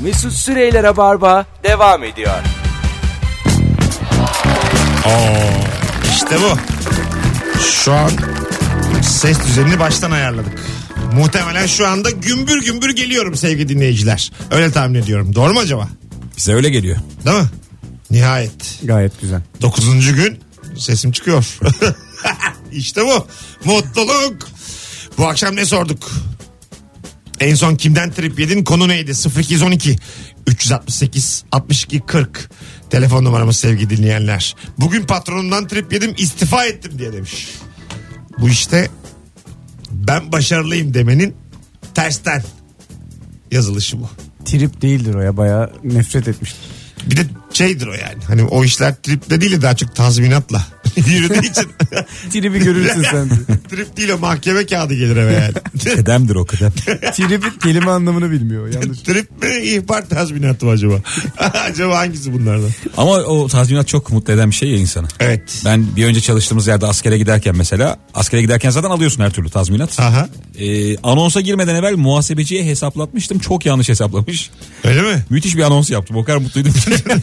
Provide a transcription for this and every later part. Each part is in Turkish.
Mesut Süreyler'e barba devam ediyor. İşte bu. Şu an ses düzenini baştan ayarladık. Muhtemelen şu anda gümbür gümbür geliyorum sevgili dinleyiciler. Öyle tahmin ediyorum. Doğru mu acaba? Bize öyle geliyor. Değil mi? Nihayet. Gayet güzel. 9. gün sesim çıkıyor. İşte bu. Mutluluk. Bu akşam ne sorduk? En son kimden trip yedin? Konu neydi? 0212 368 62 40 telefon numaramız sevgili dinleyenler. Bugün patronumdan trip yedim, istifa ettim diye demiş. Bu işte ben başarılıyım demenin tersten yazılışı bu. Trip değildir o ya, bayağı nefret etmiştir. Bir de şeydir o yani. Hani o işler triple değil de daha çok tazminatla yürüdüğü için. Trip'i görürsün sen de. Trip değil o, mahkeme kağıdı gelir eve yani. Kıdemdir o kıdem. Trip'in kelime anlamını bilmiyor. Yanlış. Trip mi, ihbar tazminatı mı acaba? Acaba hangisi bunlardan? Ama o tazminat çok mutlu eden bir şey ya insanı. Evet. Ben bir önce çalıştığımız yerde askere giderken mesela, askere giderken zaten alıyorsun her türlü tazminat. Aha. Anonsa girmeden evvel muhasebeciye hesaplatmıştım. Çok yanlış hesaplamış. Öyle mi? Müthiş bir anons yaptım. O kadar mutluydum.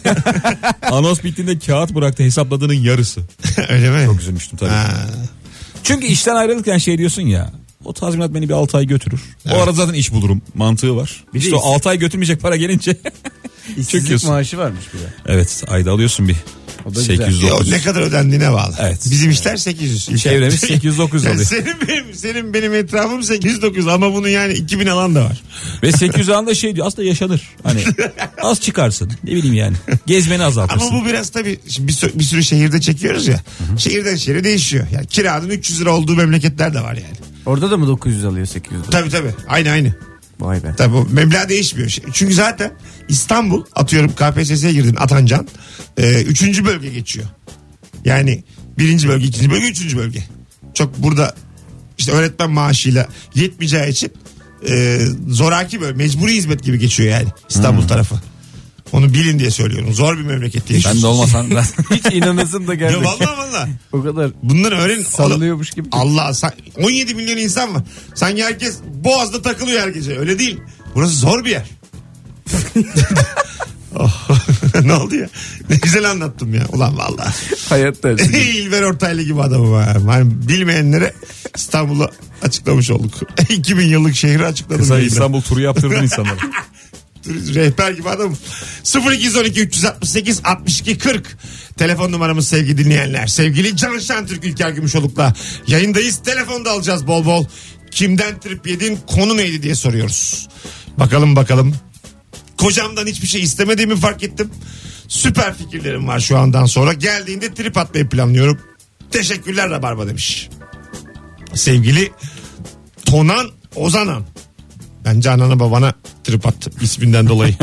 Anons bittiğinde kağıt bıraktı, hesapladığının yarısı. Öyle mi? Çok üzülmüştüm tabii. Ha. Çünkü işten ayrılırken şey diyorsun ya, o tazminat beni bir 6 ay götürür. Evet. O arada zaten iş bulurum mantığı var. Bir işte o 6 ay götürmeyecek para gelince İşsizlik çöküyorsun. maaşı varmış bir de. Evet, ayda alıyorsun bir. O da 809. Ne kadar ödendiğine bağlı. Evet. Bizim işler 800. Çevremiz 800-900 Yani oluyor. senin benim etrafım 800-900 ama bunun yani 2000 alan da var. Ve 800 alanda şey diyor, aslında yaşanır. Hani az çıkarsın, ne bileyim yani. Gezmeni azaltırsın. Ama bu biraz tabii şimdi bir sürü şehirde çekiyoruz ya. Hı-hı. Şehirden şehire değişiyor. Yani kiranın 300 lira olduğu memleketler de var yani. Orada da mı 900 alıyor, 800 lira? Tabii. Aynı. Vay be. Tabii bu meblağ değişmiyor. Çünkü zaten İstanbul, atıyorum KPSS'ye girdin, atancan. 3. bölge geçiyor. Yani 1. bölge, 2. bölge, 3. bölge. Çok burada işte öğretmen maaşıyla yetmeyeceği için zoraki böyle mecburi hizmet gibi geçiyor yani İstanbul tarafı. Onu bilin diye söylüyorum. Zor bir memlekette yaşıyorsun. Ben de olmasam ben... Hiç inanasın da geldi. Ya vallahi. O kadar bunları öğrenin. sallıyormuş gibi. Allah, 17 milyon insan var. Sanki herkes Boğaz'da takılıyor her gece. Öyle değil. Burası zor bir yer. Ne oldu ya? Ne güzel anlattım ya. Ulan vallahi. Hayat dersi. İlber Ortaylı gibi adamım ha. Yani bilmeyenlere İstanbul'u açıklamış olduk. 2000 yıllık şehri açıkladım. Kısa İstanbul turu yaptırdın insanlara. Rehber gibi adamım. 0212 368 62 40 telefon numaramız sevgili dinleyenler. Sevgili Can Şentürk, İlker Gümüşoluk'la yayındayız. Telefonda alacağız bol bol. Kimden trip yedin, konu neydi diye soruyoruz. Bakalım. Kocamdan hiçbir şey istemediğimi fark ettim. Süper fikirlerim var şu andan sonra. Geldiğinde trip atmayı planlıyorum. Teşekkürler Rabarba demiş. Sevgili Tonan Ozanan. Bence anana babana trip at isminden dolayı.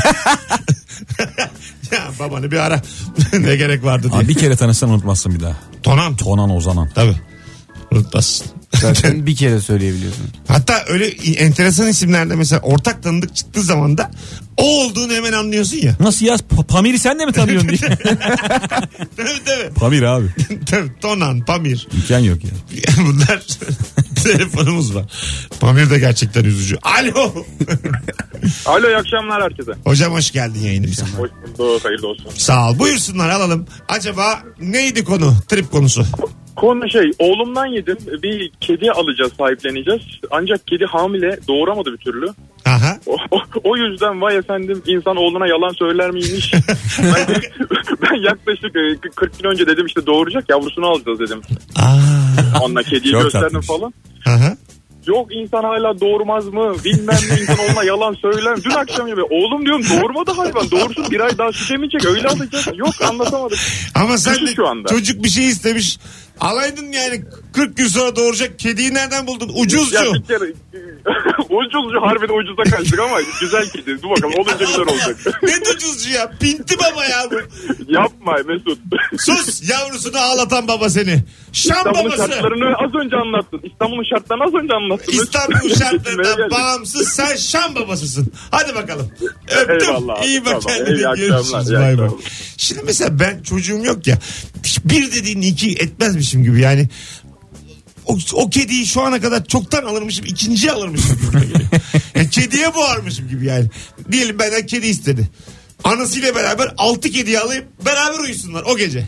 Ya babanı bir ara. Ne gerek vardı diye. Abi bir kere tanışsan unutmazsın bir daha. Tonan Ozanan. Tabii. Unutmazsın. Zaten bir kere söyleyebiliyorsun. Hatta öyle enteresan isimlerde mesela ortak tanıdık çıktığı zaman da o olduğunu hemen anlıyorsun ya. Nasıl ya? Pamir'i sen de mi tanıyorsun diye. Tabii. Pamir abi. Tabii, Tonan, Pamir. İmkan yok ya. Bunlar telefonumuz var. Pamir de gerçekten üzücü. Alo. Alo, iyi akşamlar herkese. Hocam hoş geldin yayınımıza. Hoş bulduk, hayırlı olsun. Sağ ol. Buyursunlar, alalım. Acaba neydi konu? Trip konusu. Konu oğlumdan yedim. Bir kedi alacağız, sahipleneceğiz. Ancak kedi hamile, doğuramadı bir türlü. Aha. O yüzden vay efendim, insan oğluna yalan söyler miymiş? ben yaklaşık 40 gün önce dedim işte doğuracak, yavrusunu alacağız dedim. Onunla kediyi çok gösterdim tatlış falan. Aha. Yok, insan hala doğurmaz mı? Bilmem ne, insan oğluna yalan söyler. Dün akşam gibi oğlum diyorum, doğurmadı hayvan. Doğursun, bir ay daha süt emecek, öyle alacağız. Yok, anlatamadık. Ama sen de şu anda. Çocuk bir şey istemiş. Alaydın yani, 40 gün sonra doğuracak kediyi nereden buldun? Ucuzcu. Ya bir kere ucuzcu, harbiden ucuza kaçtık ama güzel kedi. Dur bakalım, olunca güzel olacak. Ne ucuzcu ya? Pinti baba ya bu. Yapma Mesut. Sus, yavrusunu ağlatan baba seni. Şam İstanbul'un babası. şartlarını az önce anlattın. İstanbul'un şartlarını az önce anlattın. İstanbul şartlarından bağımsız, sen Şam babasısın. Hadi bakalım. Öptüm. Eyvallah. İyi bak tamam, kendine. iyi Görüşürüz. akşamlar, Bay iyi bay. akşamlar. Şimdi mesela ben çocuğum yok ya. Bir dediğin iki etmezmişim gibi yani. O kediyi şu ana kadar çoktan alırmışım, ikinciyi alırmışım gibi geliyor. Yani kediye boğarmışım gibi yani. diyelim benden kedi istedi. Anasıyla beraber 6 kediyi alayım beraber uyusunlar o gece.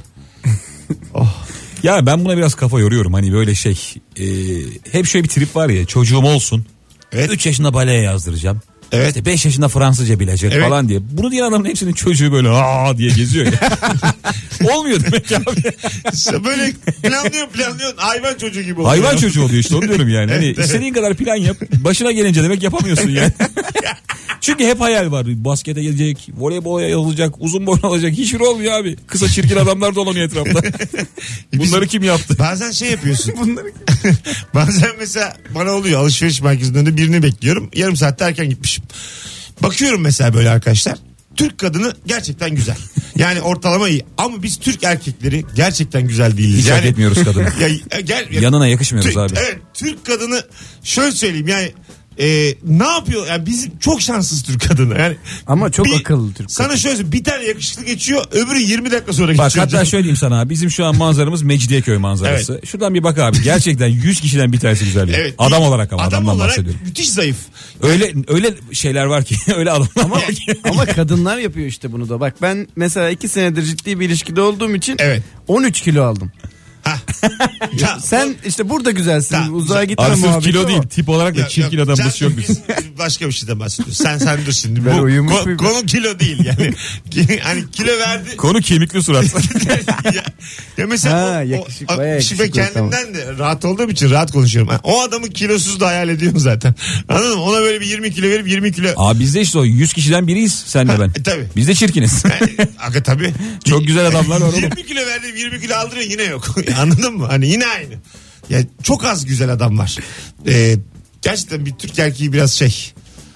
Ya ben buna biraz kafa yoruyorum. Hani böyle hep şöyle bir trip var ya, çocuğum olsun. Evet. 3 yaşında baleye yazdıracağım. Evet. İşte 5 yaşında Fransızca bilecek Evet. falan diye. Bunu diyen adamın hepsinin çocuğu böyle aa diye geziyor ya. Olmuyor demek abi. Böyle planlıyorsun hayvan çocuğu gibi oluyor. Hayvan çocuğu oluyor işte, onu diyorum yani. Hani istediğin kadar plan yap. Başına gelince demek yapamıyorsun yani. Çünkü hep hayal var. Baskete gelecek, voleybola yazılacak, uzun boylu olacak. Hiçbiri olmuyor abi. Kısa çirkin adamlar dolanıyor etrafta. Bunları kim yaptı? Bazen şey yapıyorsun. Bazen mesela bana oluyor, alışveriş merkezinin önünde birini bekliyorum. Yarım saatte erken gitmişim. Bakıyorum mesela böyle arkadaşlar. Türk kadını gerçekten güzel. Yani ortalama iyi. Ama biz Türk erkekleri gerçekten güzel değiliz. Hiç hak etmiyoruz kadını. Yanına yakışmıyoruz abi. Evet, Türk kadını şöyle söyleyeyim yani ne yapıyor? Yani bizim çok şanssız Türk kadını. Yani Ama çok akıllı Türk sana kadını. şöyle söyleyeyim, bir tane yakışıklı geçiyor, öbürü 20 dakika sonra Bak geçiyor. hatta şöyle diyeyim sana, bizim şu an manzaramız Mecidiyeköy manzarası. Evet. Şuradan bir bak abi, gerçekten 100 kişiden bir tanesi güzel. Evet. Adam olarak ama, adam adamdan olarak bahsediyorum. müthiş zayıf. Öyle şeyler var ki öyle adamlar var ki. Ama kadınlar yapıyor işte bunu da. Bak ben mesela 2 senedir ciddi bir ilişkide olduğum için Evet. 13 kilo aldım. Ya, Sen işte burada güzelsin. Tamam, Uzağa güzel. gitme Abi sırf muhabbeti kilo o. değil, tip olarak da Yok, çirkin yok. adamımız yok Biz bizim. başka bir şeyden bahsediyoruz. Sen dur şimdi. Ben uyumuş muyum? Konu kilo değil yani. Hani kilo verdi. Konu kemikli surat. ya mesela Ha, yakışık, bayağı şimdi ben yakışıklı, kendimden de rahat olduğum için rahat konuşuyorum. O adamı kilosuz da hayal ediyorum zaten. Anladın mı? Ona böyle bir 20 kilo verip 20 kilo. Abi biz de işte o 100 kişiden biriyiz senle ben. Tabii. Biz de çirkiniz. Aga tabii. Çok güzel adamlar var oğlum. 20 kilo verdim 20 kilo aldırıyor yine yok. Anladın mı? Hani yine aynı. Ya çok az güzel adam var. Gerçekten bir Türk erkeği biraz şey.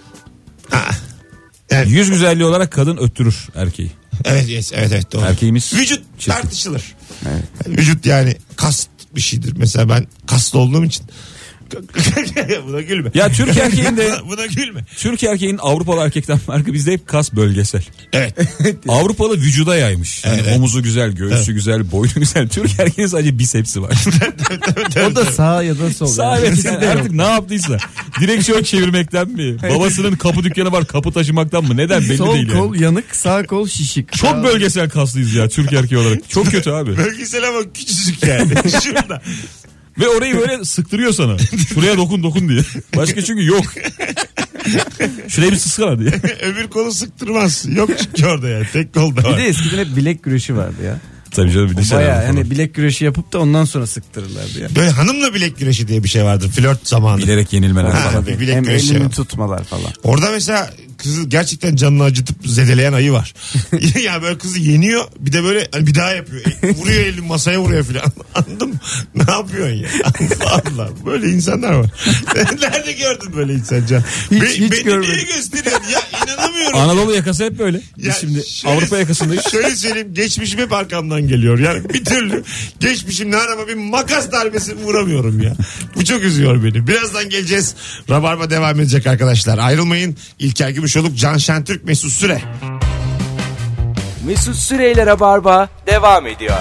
Yani, Yüz güzelliği olarak kadın öttürür erkeği. evet doğru. Erkeğimiz Vücut çirkin. tartışılır. Evet. Vücut yani kas bir şeydir. Mesela ben kaslı olduğum için. Buna gülme. Ya Türk erkeğin de Buna gülme. Türk erkeğin Avrupalı erkekten farkı, bizde hep kas bölgesel. Evet. Avrupalı vücuda yaymış. Yani Evet. omuzu güzel, göğsü güzel, boynu güzel. Türk erkeğin sadece bisepsi var. O da sağ ya da sol. Sağ yani. evet, İkisi yani de yok. artık ne yaptıysa. Direksiyon çevirmekten mi? Babasının kapı dükkanı var, kapı taşımaktan mı? Neden belli Sol değil yani. kol yanık, sağ kol şişik. Çok bölgesel kaslıyız ya Türk erkeği olarak. Çok kötü abi. Bölgesel ama küçücük yani. Şurada. Ve orayı böyle sıktırıyor sana. Şuraya dokun diye. Başka çünkü yok. Şuraya bir sıksana diye. Öbür kolu sıktırmaz. Yok çünkü orada yani. Tek kol da Bir var. de eskiden hep bilek güreşi vardı ya. Tabii canım, bir de şeyler Baya var hani falan. bilek güreşi yapıp da ondan sonra sıktırırlardı ya. Böyle hanımla bilek güreşi diye bir şey vardır. Flört zamanı. Bilerek yenilmeler Ha, falan. bir bilek Hem güreşi elini var. tutmalar falan. Orada mesela kızı gerçekten canını acıtıp zedeleyen ayı var. Ya böyle kızı yeniyor, bir de böyle hani bir daha yapıyor. Vuruyor elini masaya vuruyor filan. Anladın mı? Ne yapıyorsun ya? Allah Allah. Böyle insanlar var. Nerede gördün böyle insan Can? Hiç beni görmedim. niye gösteriyorsun? Ya inanamıyorum. Anadolu yakası hep böyle. Biz Ya şimdi şöyle- Avrupa yakasındayız. Şöyle söyleyeyim, geçmişim hep arkamdan geliyor. Yani bir türlü geçmişimle arama bir makas darbesi vuramıyorum ya. Bu çok üzüyor beni. Birazdan geleceğiz. Rabarba devam edecek arkadaşlar. Ayrılmayın. İlker Gümüşoluk, Can Şentürk, Mesut Süre. Mesut Süreyle Rabarba devam ediyor.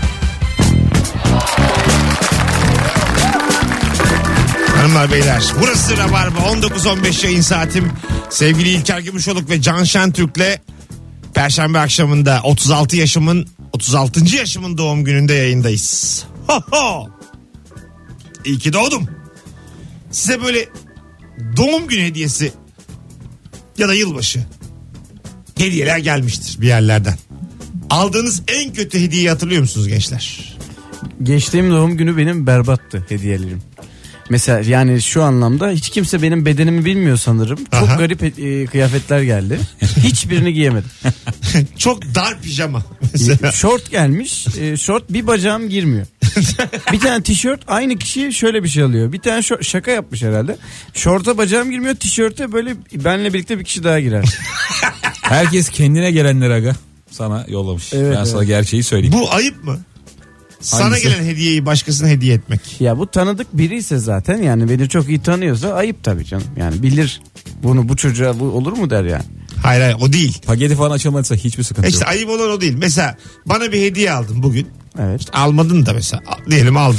Hanımlar beyler, burası Rabarba. 19.15 yayın saatim. Sevgili İlker Gümüşoluk ve Can Şentürk'le Perşembe akşamında 36 yaşımın doğum gününde yayındayız. Ho ho. İyi ki doğdum. Size böyle doğum günü hediyesi ya da yılbaşı hediyeler gelmiştir bir yerlerden. Aldığınız en kötü hediyeyi hatırlıyor musunuz gençler? Geçtiğim doğum günü benim berbattı hediyelerim. Mesela yani şu anlamda hiç kimse benim bedenimi bilmiyor sanırım. Çok Aha. garip kıyafetler geldi. Hiçbirini giyemedim. Çok dar pijama mesela. Şort gelmiş. Şort bir bacağım girmiyor. Bir tane tişört aynı kişi şöyle bir şey alıyor. Bir tane şaka yapmış herhalde. Şorta bacağım girmiyor. Tişörte böyle benle birlikte bir kişi daha girer. Herkes kendine gelenleri aga sana yollamış. Evet, ben sana evet. gerçeği söyleyeyim. Bu ayıp mı? Sana Hangisi? gelen hediyeyi başkasına hediye etmek. Ya bu tanıdık biri ise zaten yani beni çok iyi tanıyorsa ayıp tabii canım. Yani bilir bunu, bu çocuğa bu olur mu der yani. Hayır o değil. Paketi falan açılmadıysa hiçbir sıkıntı İşte yok. ayıp olan o değil. Mesela bana bir hediye aldın bugün. Evet. İşte almadın da mesela. Diyelim aldın.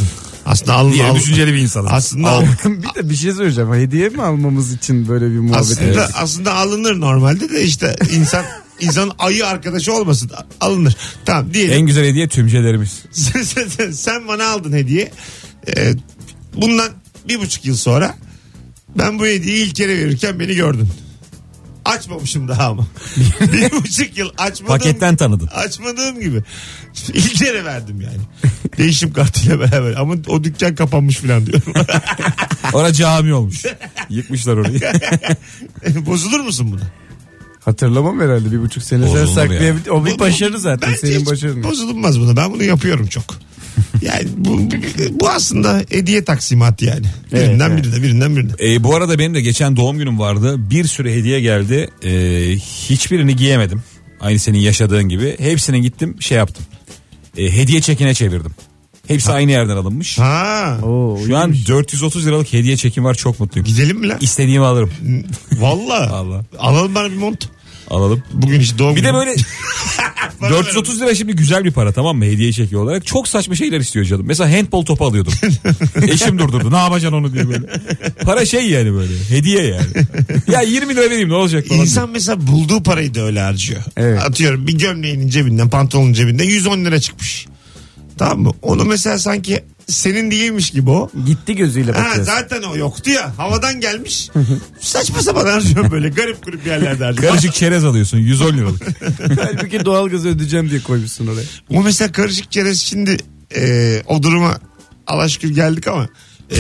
Aslında Diğeri düşünceli bir insanız. Aslında Bir de bir şey söyleyeceğim. Hediye mi almamız için böyle bir muhabbet? aslında alınır normalde de işte insanın ayı arkadaşı olmasın. Alınır. Tamam diyelim. En güzel hediye tümcelerimiz. Sen bana aldın hediye. Bundan 1,5 yıl sonra ben bu hediyeyi ilk kere verirken beni gördün. Açmamışım daha ama. 1,5 yıl açmadığım. Paketten tanıdın. Açmadığım gibi. İlk kere verdim yani. Değişim kartıyla beraber. Ama o dükkan kapanmış falan diyorum. Orada cami olmuş. Yıkmışlar orayı. Bozulur musun buna? Hatırlamam herhalde 1,5 sene sen Bozulur saklayabilir. O bir başarı zaten. Bence Senin hiç başarın. bozulmaz buna. Ben bunu yapıyorum çok. Yani bu aslında hediye taksimatı yani. Birinden birine. Bu arada benim de geçen doğum günüm vardı. Bir sürü hediye geldi. Hiçbirini giyemedim. Aynı senin yaşadığın gibi. Hepsine gittim yaptım. Hediye çekine çevirdim. Hepsi aynı yerden alınmış. Ha. Şu an 430 liralık hediye çekim var, çok mutluyum. Gidelim mi lan? İstediğimi alırım. Vallahi. Allah. Alalım bana bir mont. Alalım. Bugün işte doğum Bir günü. de böyle 430 lira şimdi güzel bir para, tamam mı, hediye çeki olarak. Çok saçma şeyler istiyor canım. Mesela handball topu alıyordum. Eşim durdurdu. Ne yapacaksın onu diye böyle. Para yani böyle. Hediye yani. Ya 20 lira vereyim ne olacak falan. İnsan mesela bulduğu parayı da öyle harcıyor. Evet. Atıyorum bir gömleğinin cebinden, pantolonun cebinden 110 lira çıkmış. Tamam mı? Onu mesela sanki senin değilmiş gibi o. Gitti gözüyle bakıyorsun. Zaten o yoktu ya. Havadan gelmiş. Saçma sapan harcıyorum böyle. Garip grup yerlerde harcıyorum. Karışık çerez alıyorsun 110 liralık. Halbuki doğalgazı ödeyeceğim diye koymuşsun oraya. O mesela karışık çerez şimdi o duruma Allah şükür geldik ama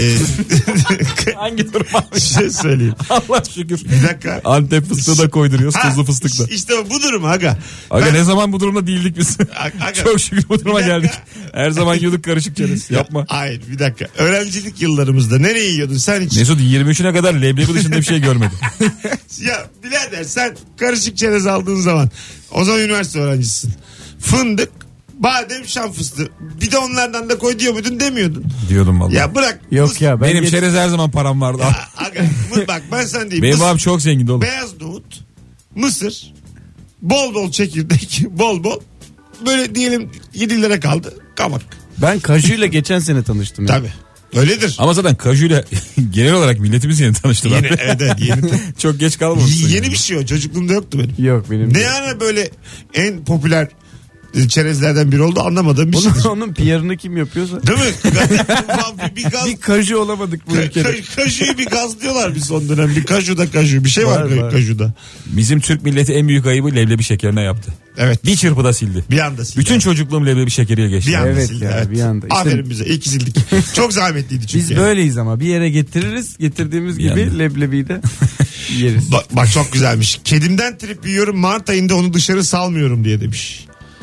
Hangi durum abi? bir şey söyleyeyim. Allah şükür. Bir dakika. Antep fıstığı da koyduruyoruz, tuzlu fıstık da. İşte bu durum aga. Aga ne zaman bu durumda değildik biz. Aga. Çok şükür bu duruma Bir dakika. geldik. Her zaman yiyorduk karışık çerez. Yapma. Hayır bir dakika. Öğrencilik yıllarımızda nereye yiyordun sen hiç? Mesut 23'üne kadar leblebi dışında bir şey görmedim. Ya birader sen karışık çerez aldığın zaman o zaman üniversite öğrencisisin. Fındık, badem, şam fıstığı. Bir de onlardan da koy diyor muydun demiyordun. Diyordum vallahi. Ya bırak. Yok ya ben Benim çerez her zaman param vardı. Aga, bak ben sen diyeyim. Benim babam çok zengindi oğlum. Beyaz nohut, mısır, bol bol çekirdek, bol bol. Böyle diyelim 7 lira kaldı. Kabak. Ben kajuyla geçen sene tanıştım. Ya. Tabii. Öyledir. Ama zaten kajuyla genel olarak milletimiz yeni tanıştı. Yeni, evet, yeni. Çok geç kalmamışsın. Yeni bir şey o. Çocukluğumda yoktu benim. Yok benim. Ne yani böyle en popüler çerezlerden biri oldu anlamadığım bir şeydir. Onun PR'ını kim yapıyorsa. Değil mi? bir gaz. Bir kaju olamadık bu ülkede. Kajuyu bir gazlıyorlar bir son dönem. Bir kajuda kaju. Bir şey var kajuda. Bizim Türk milleti en büyük ayıbı leblebi şekerine yaptı. Evet. Bir çırpıda sildi. Bir anda sildi. Bütün çocukluğum leblebi şekeriyle geçti. Bir anda Evet sildi. ya, Evet. bir anda. İşte- Aferin bize. İyi ki sildik. Çok zahmetliydi çünkü. Biz böyleyiz ama bir yere getiririz. Getirdiğimiz gibi anda. leblebiyi de yeriz. Bak çok güzelmiş. Kedimden trip yiyorum, Mart ayında onu dışarı salmıyorum diye demiş.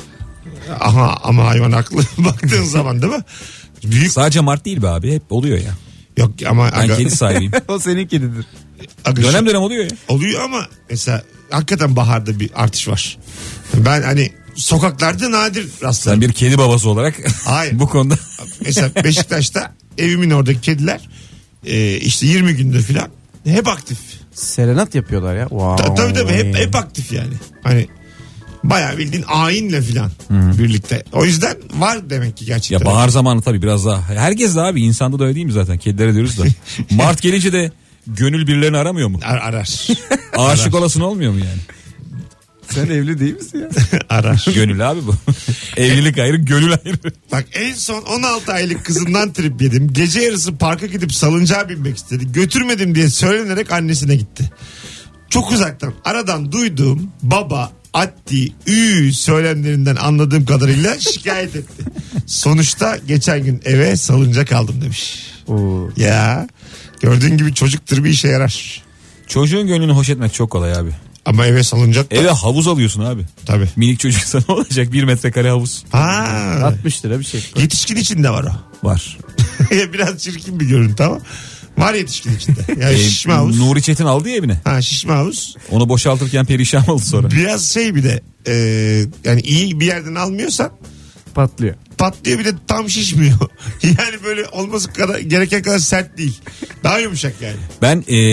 Aha ama hayvan haklı baktığın zaman değil mi? Büyük Sadece Mart değil be abi, hep oluyor ya. yok ama Ben kedi sahibiyim. O senin kedidir. Dönem dönem oluyor ya. oluyor ama mesela hakikaten baharda bir artış var. Ben hani sokaklarda nadir rastlarım. Sen bir kedi babası olarak Hayır. bu konuda. Mesela Beşiktaş'ta evimin oradaki kediler işte 20 gündür filan hep aktif. Serenat yapıyorlar ya. Wow. Tabii hep aktif yani. Hani bayağı bildiğin ayinle filan birlikte. O yüzden var demek ki gerçekten. Ya bahar zamanı tabii biraz daha. Herkes de abi, insanda da öyle değil mi zaten? Kedilere diyoruz da. Mart gelince de gönül birilerini aramıyor mu? Arar. Aşık olasın olmuyor mu yani? Sen evli değil misin ya? Arar. Gönül abi bu. Evlilik ayrı, gönül ayrı. Bak en son 16 aylık kızımdan trip yedim. Gece yarısı parka gidip salıncağa binmek istedi. Götürmedim diye söylenerek annesine gitti. Çok uzaktan aradan duyduğum baba, atti, söylemlerinden anladığım kadarıyla şikayet etti. Sonuçta geçen gün eve salıncak aldım demiş. Oo. Ya gördüğün gibi çocuktur bir işe yarar. Çocuğun gönlünü hoş etmek çok kolay abi. Ama eve salıncak da. Eve havuz alıyorsun abi. Tabii. Minik çocuksa ne olacak? 1 metrekare havuz. Ha, 60 lira bir şey. yetişkin için de var o. Var. Biraz çirkin bir görüntü ama var yetişkin içinde. Yani şişme havuz. Nuri Çetin aldı ya evine. Ha şişme havuz. Onu boşaltırken perişan oldu sonra. Biraz şey bir de yani iyi bir yerden almıyorsan Patlıyor. patlıyor, bir de tam şişmiyor. Yani böyle olması kadar gereken kadar sert değil. Daha yumuşak yani. Ben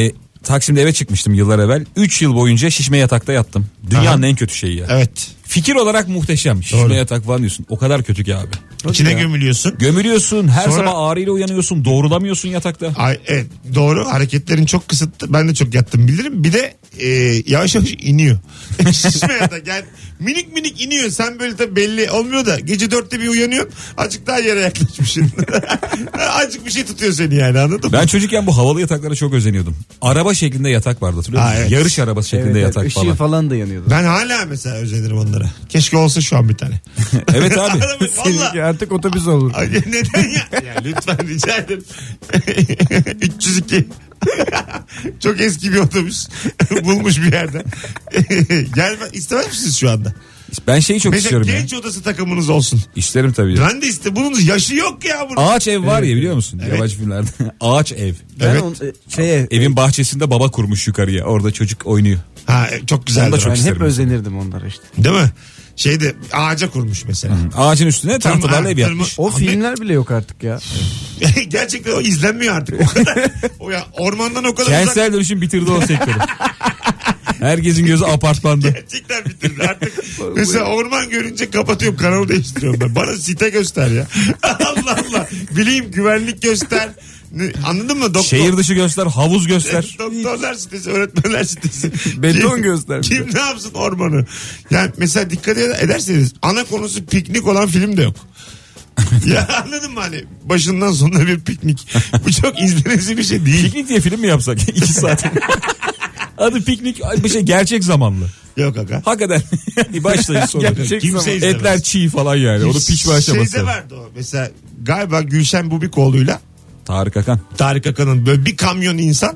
Taksim'de eve çıkmıştım yıllar evvel. 3 yıl boyunca şişme yatakta yattım. Dünyanın en kötü şeyi ya. Evet. Fikir olarak muhteşem. Şişme Doğru. yatak falan diyorsun. O kadar kötü ki abi. İçine gömülüyorsun. Gömülüyorsun. Her Sonra- sabah ağrıyla uyanıyorsun. Doğrulamıyorsun yatakta. Ay, evet, doğru, hareketlerin çok kısıtlı. Ben de çok yattım bilirim. Bir de yavaş yavaş iniyor. Şişme yatak yani minik minik iniyor. Sen böyle tabii belli olmuyor da gece 4'te bir uyanıyorsun. Azıcık daha yere yaklaşmışsın. Azıcık bir şey tutuyor seni yani, anladın mı? Ben çocukken bu havalı yataklara çok özeniyordum. Araba şeklinde yatak vardı, hatırlıyor musun? Evet. Yarış arabası şeklinde yatak ışığı falan. falan da yanıyordu. Ben hala mesela özenirim onlara. Keşke olsa şu an bir tane. Evet abi. Valla. Seninki artık otobüs olur. Ay, neden ya? Ya lütfen rica ederim. 302. Çok eski bir otobüs. Bulmuş bir yerden. Gelme, istemez misiniz şu anda? Ben şeyi çok Mesela istiyorum ya. genç odası takımınız olsun. İsterim tabii. Ya. Ben de bunun yaşı yok ya bunun. Ağaç ev var ya, biliyor musun? Evet. Yabancı filmlerde. Ağaç ev. Ben Evet. Evin bahçesinde baba kurmuş yukarıya. Orada çocuk oynuyor. Ha, çok güzel. Onu da çok ben isterim hep özenirdim onlara işte. Değil mi? Şeyde ağaca kurmuş mesela. Ağacın üstüne tahtalarla ev Tırma- yapmış. O Ahmet- filmler bile yok artık ya. Gerçekten o izlenmiyor artık. O kadar. O ya ormandan o kadar uzak. Kentsel dönüşüm bitirdi o sektörü. Herkesin gözü apartmanda. Gerçekten bitirdi artık. Mesela orman görünce kapatıyorum, kanalı değiştiriyorum ben. Bana site göster ya. Allah Allah. Bileyim, güvenlik göster. Anladın mı? Doktor. Şehir dışı göster, havuz göster. Doktorlar sitesi, öğretmenler sitesi. Beton göster. Kim ne yapsın ormanı? Yani mesela dikkat ederseniz ana konusu piknik olan film de yok. Ya anladın mı, hani başından sonuna bir piknik. Bu çok izlenesi bir şey değil. Piknik diye film mi yapsak? 2 saat. Adı piknik, bir şey gerçek zamanlı. Yok aga. Hakikaten başlayın sonra. Gerçek Kimse zaman. izlemez. Etler çiğ falan yani. Onu pişme aşaması. Şeyde vardı o mesela, galiba Gülşen Bubikoğlu'yla Tarık Akan. Tarık Akan'ın böyle bir kamyon insan,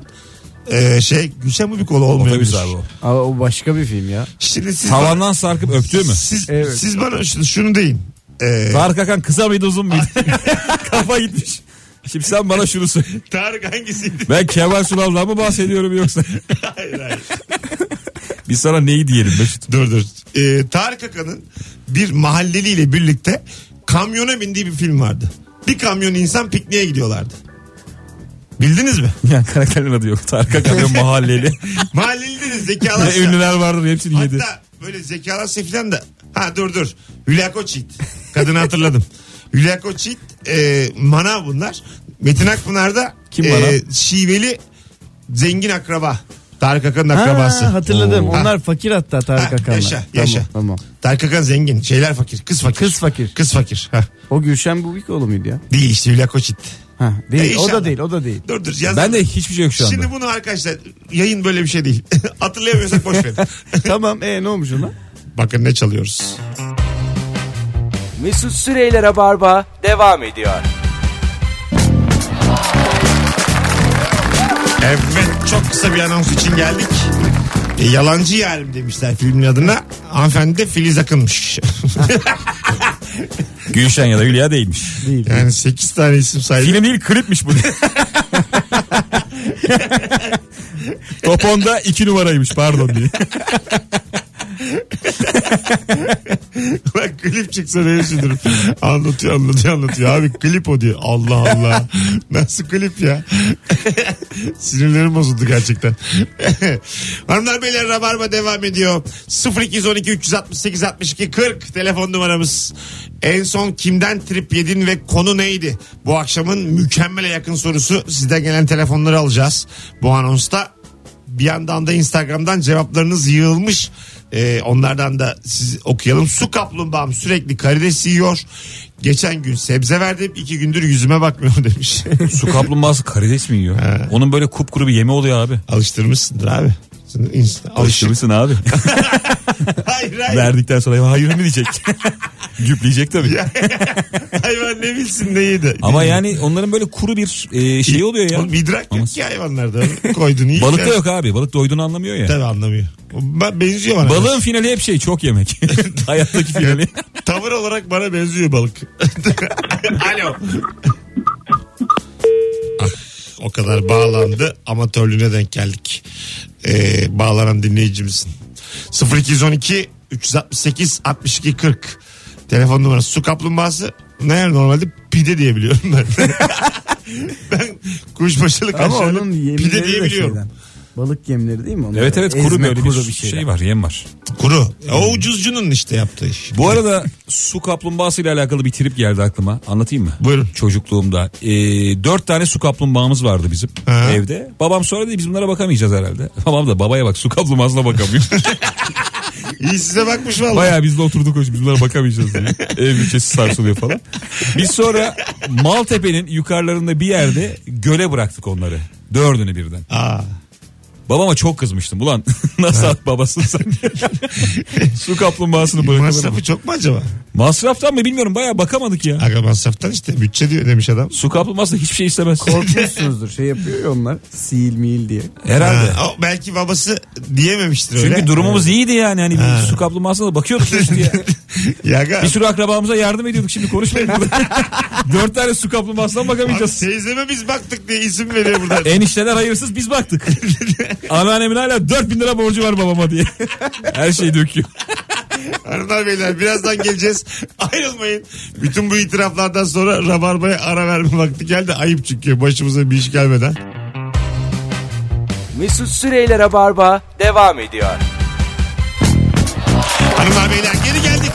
Gülşen Bubikoğlu olmuyor. Otobüs abi o. Ama o başka bir film ya. Şimdi siz Tavandan sarkıp öptü mü? Evet. siz bana şunu deyin. Tarık Akan kısa mıydı uzun muydu? Kafa gitmiş. Şimdi sen bana şunu söyle. Tarık hangisiydi? Ben Kemal Sunal'dan mı bahsediyorum yoksa? Hayır hayır. Biz sana neyi diyelim Mesut? Dur. Tarık Akan'ın bir mahalleliyle birlikte kamyona bindiği bir film vardı. Bir kamyon insan pikniğe gidiyorlardı. Bildiniz mi? Yani karakterin adı yok. Tarık Akan ve mahalleli. Mahalleli de Ne zekalar. ünlüler vardır, hepsini yedi. Hatta böyle zekalar filan da. Ha dur. Hülya Koçyiğit. Kadını hatırladım. Hülya Koçyiğit, manav bunlar. Metin Akpınar da Kim manav? şiveli zengin akraba. Tarık Akan'ın akrabası. Ha, hatırladım. Oo. Onlar fakir hatta Tarık Ha, Akan'la. yaşa. Tamam. Tarık Akan zengin. Şeyler fakir. Kız fakir. Kız fakir. Ha. O Gülşen Bubikoğlu muydu ya? Değil işte, Hülya Koçyiğit. Ha, değil. O İnşallah. da değil. Dur yaz. Ben de hiçbir şey yok şu anda. Şimdi bunu arkadaşlar, yayın böyle bir şey değil. Hatırlayamıyorsak boş verin. Tamam, ne olmuş ona? Bakın ne çalıyoruz. Mesut Süreyler'e barba devam ediyor. Evet, çok kısa bir anons için geldik. Yalancı Yarim demişler filmin adına. Hanımefendi de Filiz Akın'mış. Gülşen ya da Hülya değilmiş. Değil. Yani 8 tane isim saydı. Film değil, klipmiş bu. Top 10'da 2 numaraymış, pardon diye. Bak klip çıksa ne düşünürüm. Anlatıyor. Abi klip o diyor. Allah Allah. Nasıl klip ya? Sinirlerim bozuldu gerçekten. Hanımlar beyler, Rabarba devam ediyor. 0212 368 62 40 telefon numaramız. En son kimden trip yedin ve konu neydi? Bu akşamın mükemmele yakın sorusu. Sizden gelen telefonları alacağız bu anonsta. Bir yandan da Instagram'dan cevaplarınız yığılmış. Onlardan da siz okuyalım. Su kaplumbağam sürekli karides yiyor. Geçen gün sebze verdim, 2 gündür yüzüme bakmıyor demiş. Su kaplumbağası karides mi yiyor? Onun böyle kupkuru bir yemi oluyor abi. Alıştırmışsındır abi. Alıştırmışsın abi. Hayır. Verdikten sonra hayır mı diyecek? Güpleyecek tabii. Hayvan ne bilsin ne yedi. Ama yani onların böyle kuru bir şey oluyor ya. Oğlum idrak yok ki hayvanlarda. Koydun iyi. Balıkta yok abi. Balık doyduğunu anlamıyor ya. Tabii anlamıyor. Benziyor bana. Balığın finali hep şey, çok yemek. Hayattaki finali. Tavır olarak bana benziyor balık. Alo. O kadar bağlandı. Amatörlüğüne denk geldik. Bağlanan dinleyicimizin. 0212 368 62 40 telefon numarası. Su kaplumbağası ne, normalde pide diye biliyorum ben. Ben kuşbaşılı Ama kaşarlı onun pide yeminleri diye de biliyorum. şeyden. Balık yemleri değil mi onlar? Evet kuru Ezme, böyle kuru bir şey var, yem var. Kuru. O ucuzcunun işte yaptığı iş. Bu arada su kaplumbağası ile alakalı bir trip geldi aklıma. Anlatayım mı? Buyurun. Çocukluğumda 4 tane su kaplumbağamız vardı bizim Ha. evde. Babam sonra dedi biz bunlara bakamayacağız herhalde. Babam da babaya bak su kaplumbağasına bakamıyor. İyi size bakmış vallahi. Bayağı biz de oturduk hoş biz bunlara bakamayacağız diye. Ev bütçesi sarsılıyor falan. Biz sonra Maltepe'nin yukarılarında bir yerde göle bıraktık onları. 4'ünü birden. Aa. Babama çok kızmıştım. Ulan nasıl babasın sen? Su kaplumbağasını bırakılır mı? Masrafı çok mu acaba? Masraftan mı bilmiyorum, bayağı bakamadık ya. Aga masraftan işte bütçe diyor demiş adam. Su kaplumbağası da hiçbir şey istemez. Korkmuşsunuzdur, şey yapıyor ya onlar. Sil mil diye. Herhalde. Ha, o belki babası diyememiştir öyle. Çünkü durumumuz iyiydi yani. Hani bir su kaplumbağasına da bakıyorduk işte ya. Ya aga. Bir sürü akrabamıza yardım ediyorduk, şimdi konuşmayın burada. 4 tane su kaplumbağasından Abi, bakamayacağız. teyzeme biz baktık diye isim veriyor buradan. Enişteler hayırsız, biz baktık. Anneannemin hala 4.000 lira borcu var babama diye. Her şeyi döküyor. Hanımlar beyler birazdan geleceğiz. Ayrılmayın. Bütün bu itiraflardan sonra Rabarba'ya ara verme vakti geldi. Ayıp çünkü başımıza bir iş gelmeden. Mesut Süreyler'e Barba devam ediyor. Hanımlar beyler geri geldik.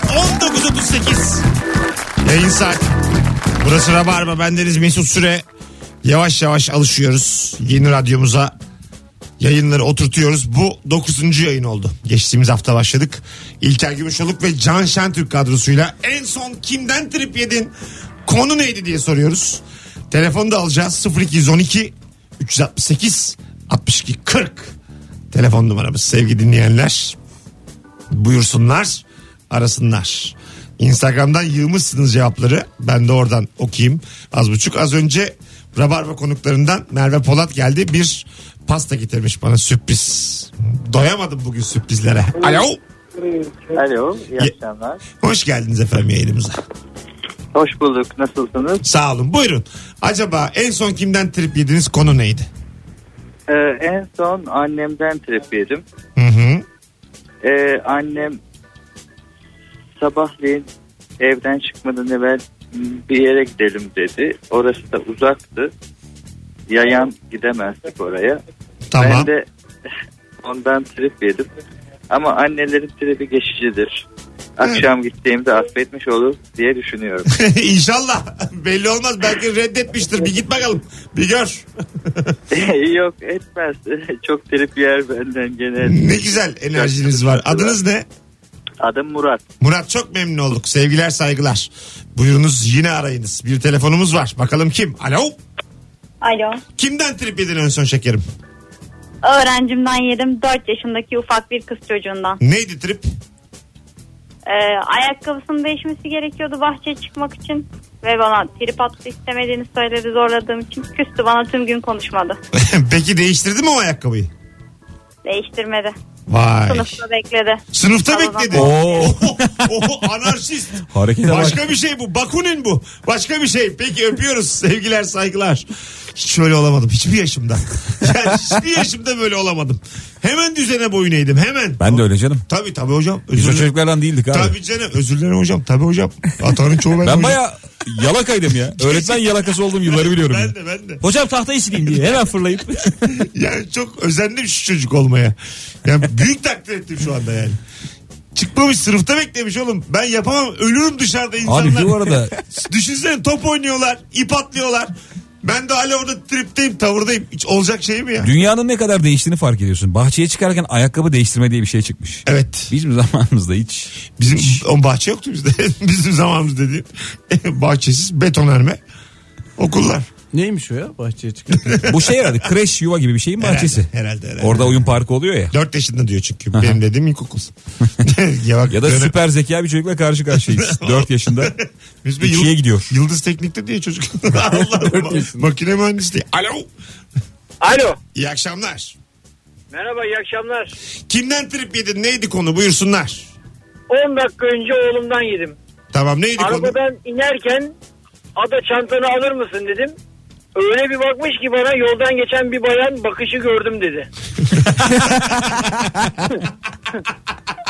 19.38 yayın saati. Burası Rabarba. Bendeniz Mesut Süre. Yavaş yavaş alışıyoruz yeni radyomuza. Yayınları oturtuyoruz. Bu 9. yayın oldu. Geçtiğimiz hafta başladık. İlker Gümüşoluk ve Can Şentürk kadrosuyla en son kimden trip yedin? Konu neydi diye soruyoruz. Telefonu da alacağız. 0212 368 62 40 telefon numaramız sevgili dinleyenler. Buyursunlar, arasınlar. Instagram'dan yığmışsınız cevapları. Ben de oradan okuyayım az buçuk. Az önce Rabarba konuklarından Merve Polat geldi. Bir pasta getirmiş bana, sürpriz. Doyamadım bugün sürprizlere. Alo. Alo, iyi akşamlar. Hoş geldiniz efendim yayınımıza. Hoş bulduk, nasılsınız? Sağ olun. Buyurun. Acaba en son kimden trip yediniz, konu neydi? En son annemden trip yedim. Hı hı. Annem sabahleyin evden çıkmadan evvel bir yere gidelim dedi. Orası da uzaktı. Yayan gidemezdik oraya. Tamam. Ben de ondan trip yedim. Ama annelerin tripi geçicidir. Akşam gittiğimde affetmiş olur diye düşünüyorum. İnşallah. Belli olmaz. Belki reddetmiştir. Bir git bakalım. Bir gör. Yok etmez. Çok trip yer benden genel. Ne güzel enerjiniz var. Adınız ne? Adım Murat. Murat, çok memnun olduk. Sevgiler, saygılar. Buyurunuz, yine arayınız. Bir telefonumuz var. Bakalım kim? Alo. Alo. Kimden trip yedin en son şekerim? Öğrencimden yedim. 4 yaşındaki ufak bir kız çocuğundan. Neydi trip? Ayakkabısının değişmesi gerekiyordu bahçeye çıkmak için. Ve bana trip attı, istemediğini söyledi, zorladığım için. Küstü bana, tüm gün konuşmadı. Peki değiştirdi mi o ayakkabıyı? Değiştirmedi. Vay. Sınıfta bekledi. Sınıfta Tamam. bekledi. Oo. Anarşist. Harekete bak. Başka bir şey bu. Bakunin bu. Başka bir şey. Peki öpüyoruz. Sevgiler, saygılar. Hiç öyle olamadım. Hiçbir yaşımda. Yani hiçbir yaşımda böyle olamadım. Hemen düzene boyun eğdim. Hemen. Ben de öyle canım. Tabii hocam. Biz Özür o dilerim. çocuklardan değildik abi. Tabii canım. Özür dilerim hocam. Tabii hocam. Atanın çoğu ben Ben hocam. baya yalakaydım ya. Öğretmen yalakası olduğum yılları biliyorum. Ben ya. de ben de. Hocam tahtayı sileyim diye hemen fırlayıp. Yani çok özendim şu çocuk olmaya. Yani büyük takdir ettim şu anda yani. Çıkmamış, sınıfta beklemiş oğlum. Ben yapamam, ölürüm dışarıda insanlar. Abi bu arada Düşünsene, top oynuyorlar, ip atlıyorlar. Ben de hala orada tripteyim, tavırdayım. Hiç olacak şey mi ya? dünyanın ne kadar değiştiğini fark ediyorsun. Bahçeye çıkarken ayakkabı değiştirme diye bir şey çıkmış. Evet. Bizim zamanımızda hiç. Bizim o bahçe yoktu bizde. Bizim zamanımızda dediğim. Bahçesiz betonarme okullar. Neymiş o ya bahçeye çıkıyor? Bu şey herhalde kreş yuva gibi bir şeyin bahçesi. Herhalde. Orada oyun parkı oluyor ya. 4 yaşında diyor çünkü. Benim dediğim ilkokul. bak, Ya da süper zeka bir çocukla karşı karşıyayız. 4 yaşında. Biz bir 2'ye gidiyor. Yıldız Teknik'te diye çocuk. Allah, makine mühendisliği. Alo. Alo. İyi akşamlar. Merhaba, iyi akşamlar. Kimden trip yedin? Neydi konu? Buyursunlar. 10 dakika önce oğlumdan yedim. Tamam, neydi konu? Arabadan inerken ada çantanı alır mısın dedim. Öyle bir bakmış ki bana, yoldan geçen bir bayan bakışı gördüm dedi.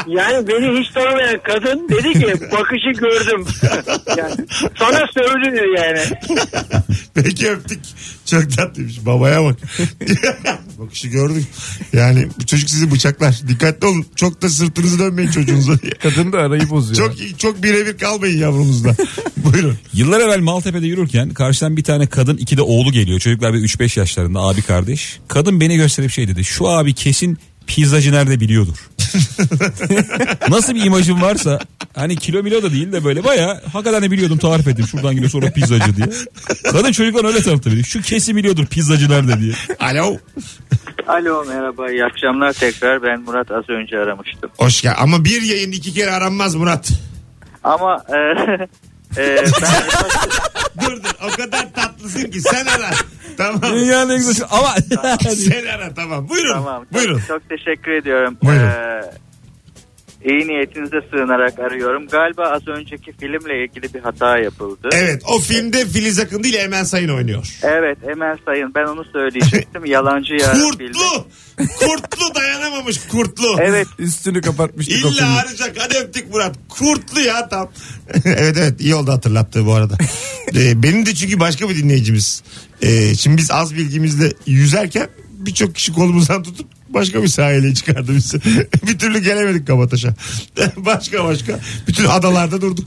Yani beni hiç tanımayan kadın dedi ki bakışı gördüm. Yani sana söylüyor yani. Peki öptük. Çok tatlıymış. Babaya bak. Bakışı gördük. Yani bu çocuk sizi bıçaklar. Dikkatli olun. Çok da sırtınızı dönmeyin çocuğunuza diye. Kadın da arayı bozuyor. Çok birebir kalmayın yavrunuzla. Buyurun. Yıllar evvel Maltepe'de yürürken karşıdan bir tane kadın, 2 de oğlu geliyor. Çocuklar bir 3-5 yaşlarında, abi kardeş. Kadın beni gösterip şey dedi. Şu abi kesin pizzacı nerede biliyordur. Nasıl bir imajım varsa, hani kilo milo da değil de böyle bayağı hakikaten de biliyordum, tarif ettim. Şuradan geliyor sonra pizzacı diye. Kadın çocuklar öyle tanıttı beni. Şu kesin biliyordur pizzacı nerede diye. Alo. Alo, merhaba, iyi akşamlar tekrar. Ben Murat, az önce aramıştım. Hoş geldin. Ama bir yayın 2 kere aranmaz Murat. Ama ben... Dur o kadar tatlısın ki sen ara. Tamam. Dünyanın en güzel ama Sen ara tamam. Buyurun. Tamam. Buyurun. Çok teşekkür ediyorum. Buyurun. İyi niyetinize sığınarak arıyorum. Galiba az önceki filmle ilgili bir hata yapıldı. Evet, o filmde Filiz Akın değil Emel Sayın oynuyor. Evet, Emel Sayın, ben onu söyleyecektim. Yalancı Yarın filmi. Kurtlu dayanamamış kurtlu. Evet. Üstünü kapatmıştık o filmi. İlla arayacak. Hadi öptük Murat. Kurtlu ya tam. Evet iyi oldu hatırlattı bu arada. Benim de çünkü başka bir dinleyicimiz. Şimdi biz az bilgimizle yüzerken birçok kişi kolumuzdan tutup başka bir sahile çıkardı bizi. Bir türlü gelemedik Kabataş'a. Başka. Bütün adalarda durduk.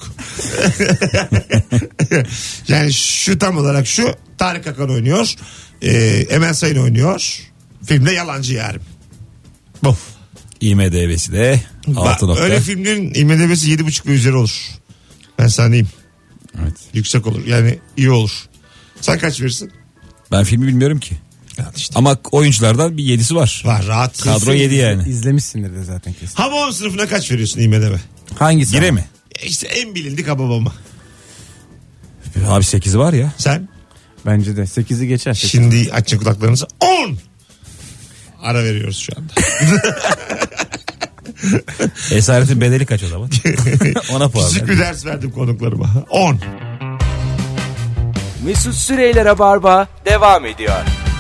Yani şu tam olarak şu. Tarık Akan oynuyor. Emel Sayın oynuyor. Filmde Yalancı Yarim. Bu. IMDb'si de 6 nokta. Öyle filmlerin IMDb'si 7,5 ve üzeri olur. Ben sana diyeyim. Evet. Yüksek olur. Yani iyi olur. Sen kaç verirsin? Ben filmi bilmiyorum ki. İşte. Ama oyunculardan bir 7'si var. Var rahat. Kadro 7 yani. İzlemişsindir de zaten kesin. Hababam sınıfına kaç veriyorsun IMDb? Hangisi? Gire mi? İşte en bilindik Hababam'a. Abi 8'i var ya. Sen? Bence de 8'i geçer. Şimdi açın kulaklarınızı. 10. Ara veriyoruz şu anda. Esaretin bedeli kaç o zaman? Ona puan Küçük bir ders verdim konuklarıma. 10. Mesut Süreyler'e barba devam ediyor.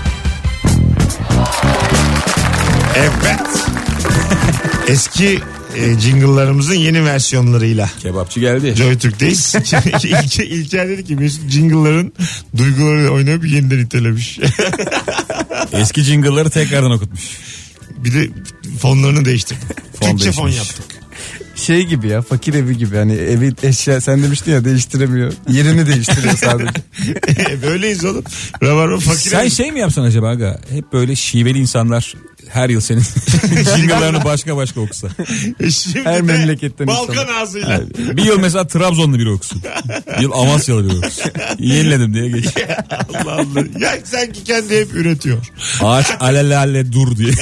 Evet. Eski jingle'larımızın yeni versiyonlarıyla. Kebapçı geldi. Joy Türk'teyiz. İlker dedi ki Mesut jingle'ların duygularıyla oynayıp yeniden itelemiş. Eski jingle'ları tekrardan okutmuş. Bir de fonlarını değiştirdim. Fon Türkçe fon değişmiş. yaptık. Şey gibi ya, fakir evi gibi, hani evi eşya, sen demiştin ya, değiştiremiyor. Yerini değiştiriyor sadece. Böyleyiz oğlum. Rabarba fakir Sen evi. şey mi yapsan acaba aga? Hep böyle şiveli insanlar her yıl senin jingle'larını başka okusa. Şimdi Her de memleketten Balkan insan. ağzıyla. Bir yıl mesela Trabzonlu biri okusun. Bir yıl Amasyalı biri okusun. Yeniledim diye geç. Allah Allah. Ya sanki kendi hep üretiyor. Ağaç alelale dur diye.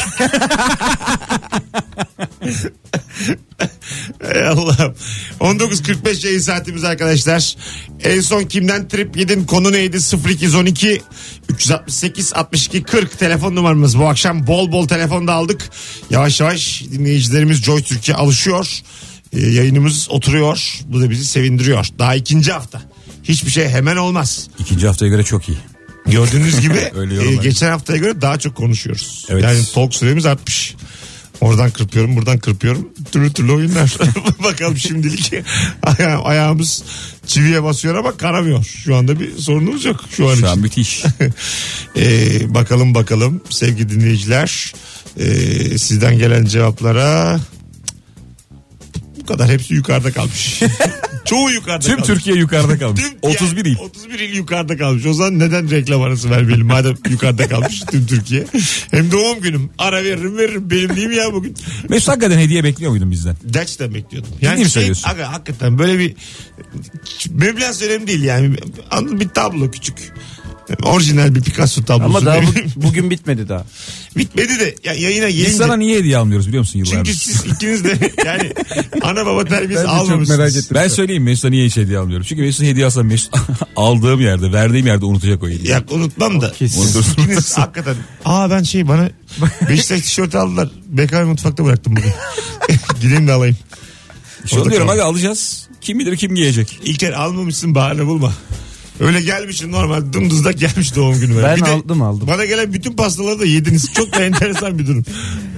Ey Allah'ım. 19.45 yayın saatimiz arkadaşlar. En son kimden trip yedin konu neydi? 0212 368 62 40 telefon numaramız. Bu akşam bol bol telefon da aldık. Yavaş yavaş dinleyicilerimiz Joy Türkiye alışıyor. Yayınımız oturuyor. Bu da bizi sevindiriyor. Daha 2. hafta. Hiçbir şey hemen olmaz. 2. haftaya göre çok iyi. Gördüğünüz gibi Öyle yorum geçen haftaya göre daha çok konuşuyoruz. Evet. Yani talk süremiz artmış. Oradan kırpıyorum, buradan kırpıyorum. Türlü oyunlar. Bakalım şimdilik ayağımız çiviye basıyor ama kanamıyor. Şu anda bir sorunumuz yok. Şu an için. Müthiş. Bakalım sevgili dinleyiciler. Sizden gelen cevaplara bu kadar, hepsi yukarıda kalmış. Çoğu yukarıda Tüm kalmış. Türkiye yukarıda kalmış. Tüm- 31 il. 31 il yukarıda kalmış. O zaman neden reklam arası vermeyelim madem yukarıda kalmış tüm Türkiye. Hem doğum günüm. Ara veririm. Benim değil mi ya bugün? Mesut hakikaten hediye bekliyor muydun bizden? Gerçekten bekliyordum. Ciddi mi söylüyorsun? Aga, hakikaten böyle bir meblağ önemli değil yani. Bir tablo küçük. Orijinal bir Picasso tablosu. Ama daha benim. bugün bitmedi daha. Bitmedi de ya, yayına Biz gelince. sana niye hediye almıyoruz biliyor musun yıllardır? Çünkü siz ikiniz de yani ana baba terbiyesi Ben de çok almamışsınız. merak ettim. Ben söyleyeyim Mesut'a niye hiç hediye almıyorum. Çünkü Mesut hediye alsam Mesut aldığım yerde, verdiğim yerde unutacak o hediyeyi. Ya unutmam da. Kesin. İkiniz hakikaten. Bana Beşiktaş tişörtü aldılar. BKM mutfakta bıraktım bugün. Gideyim de alayım. İşte onu diyorum hadi alacağız. Kim bilir kim giyecek. İlker almamışsın, bahane bulma. Öyle gelmişsin normal dımdızlak gelmiş doğum günüme. Ben Bir de aldım. bana gelen bütün pastaları da yediniz. Çok da enteresan bir durum.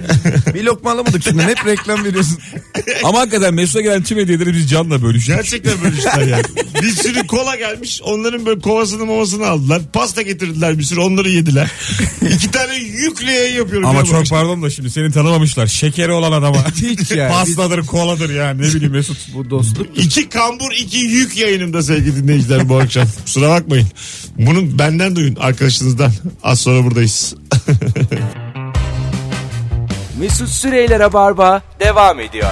Bir lokma alamadık şimdi. Hep reklam veriyorsun. Ama hakikaten Mesut'a gelen tüm hediyeleri biz Can'la bölüştük. Gerçekten bölüştüler yani. Bir sürü kola gelmiş. Onların böyle kovasını mamasını aldılar. Pasta getirdiler bir sürü. Onları yediler. 2 tane yükle yayın yapıyorum. Ama ya çok bu işte. pardon da şimdi seni tanımamışlar. Şekeri olan adama. Hiç yani. Pastadır, koladır yani. Ne bileyim Mesut. Bu dostluk. 2 kambur 2 yük yayınımda sevgili dinleyiciler bu akşam. Kusura bakmayın. Bunu benden duyun arkadaşınızdan. Az sonra buradayız. Mesut Süreyler'e barba devam ediyor.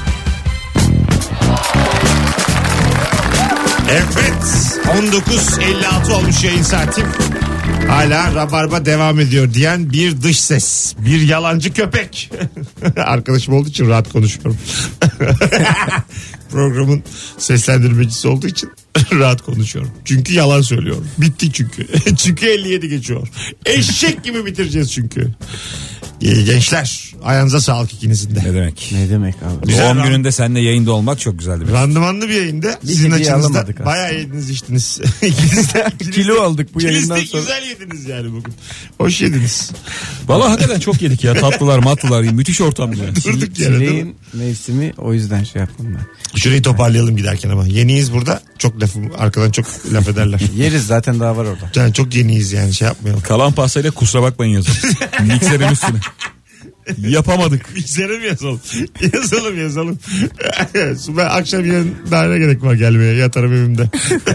Evet 19.56 olmuş yayın saatim. Hala Rabarba devam ediyor diyen bir dış ses. Bir yalancı köpek. Arkadaşım olduğu için rahat konuşuyorum. Programın seslendirmecisi olduğu için rahat konuşuyorum. Çünkü yalan söylüyorum. Bitti çünkü. Çünkü 57 geçiyor. Eşek gibi bitireceğiz çünkü. Gençler ayağınıza sağlık ikinizin de. Ne demek? Ne demek abi? Güzel Doğum gününde seninle yayında olmak çok güzeldi. Randımanlı bir yayında. Bir Sizin hediye açınızda alamadık aslında. bayağı yediniz içtiniz. İkiniz de- Kilo aldık bu yayından İkiniz de sonra. güzel yediniz yani bugün. Hoş yediniz. Valla hakikaten çok yedik ya. Tatlılar matlılar. Müthiş ortamdı. Durduk yere değil mi? Çileğin mevsimi, o yüzden şey yaptım ben. Şurayı toparlayalım giderken ama. Yeniyiz burada. Çok lafım arkadan çok laf ederler. Yeriz zaten, daha var orada. Yani çok yeniyiz yani şey yapmayalım. Kalan pastayla kusura bakmayın yazın. Mikserin üstüne. Yapamadık. Bilgisayara mı yazalım? Yazalım. Ben akşam yarın daha ne gerek var gelmeye? Yatarım evimde.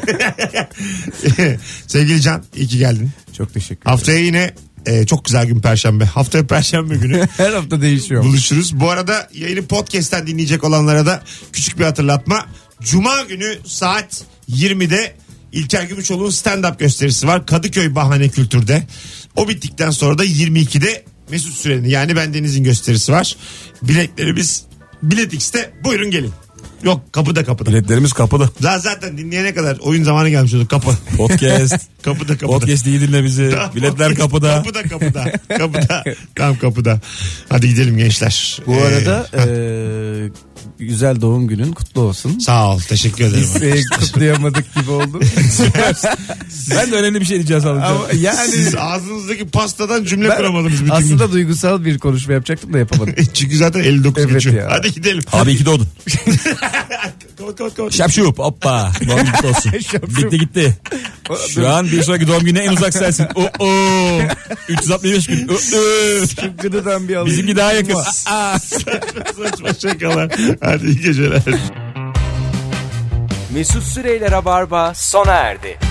Sevgili Can iyi ki geldin. Çok teşekkür ederim. Haftaya yine çok güzel gün Perşembe. Haftaya Perşembe günü Her hafta değişiyor. buluşuruz. Bu arada yayını podcast'ten dinleyecek olanlara da küçük bir hatırlatma. Cuma günü saat 20'de İlker Gümüşoğlu'nun stand-up gösterisi var. Kadıköy Bahane Kültür'de. O bittikten sonra da 22'de Mesut Süren'in yani bendenizin gösterisi var. Biletlerimiz Bilet X'te. Buyurun gelin. Yok kapıda. Biletlerimiz kapıda. Zaten dinleyene kadar oyun zamanı gelmiş oldu. Kapı. Podcast. Kapıda. Podcast iyi dinle bizi. Tamam, Biletler kapıda. Kapıda. Tam kapıda. Hadi gidelim gençler. Bu arada güzel doğum günün kutlu olsun. Sağ ol. Teşekkür ederim. Biz kutlayamadık gibi oldu. Ben de önemli bir şey diyeceğiz alacağım. Ama yani Siz ağzınızdaki pastadan cümle ben kuramadınız bütün aslında gün. duygusal bir konuşma yapacaktım da yapamadım. Çünkü zaten 59 Evet geçiyor. ya. Hadi gidelim. Abi iyi ki doğdun. Kapat. Şapşup hoppa. Doğum günü kutlu olsun. Gitti. Şu an bir sonraki doğum gününe en uzak sensin. 365 gün. Gıdıdan bir alayım. Bizimki daha yakın. Saçma şakalar. Hadi iyi geceler. Mesut Süreyler'e barba sona erdi.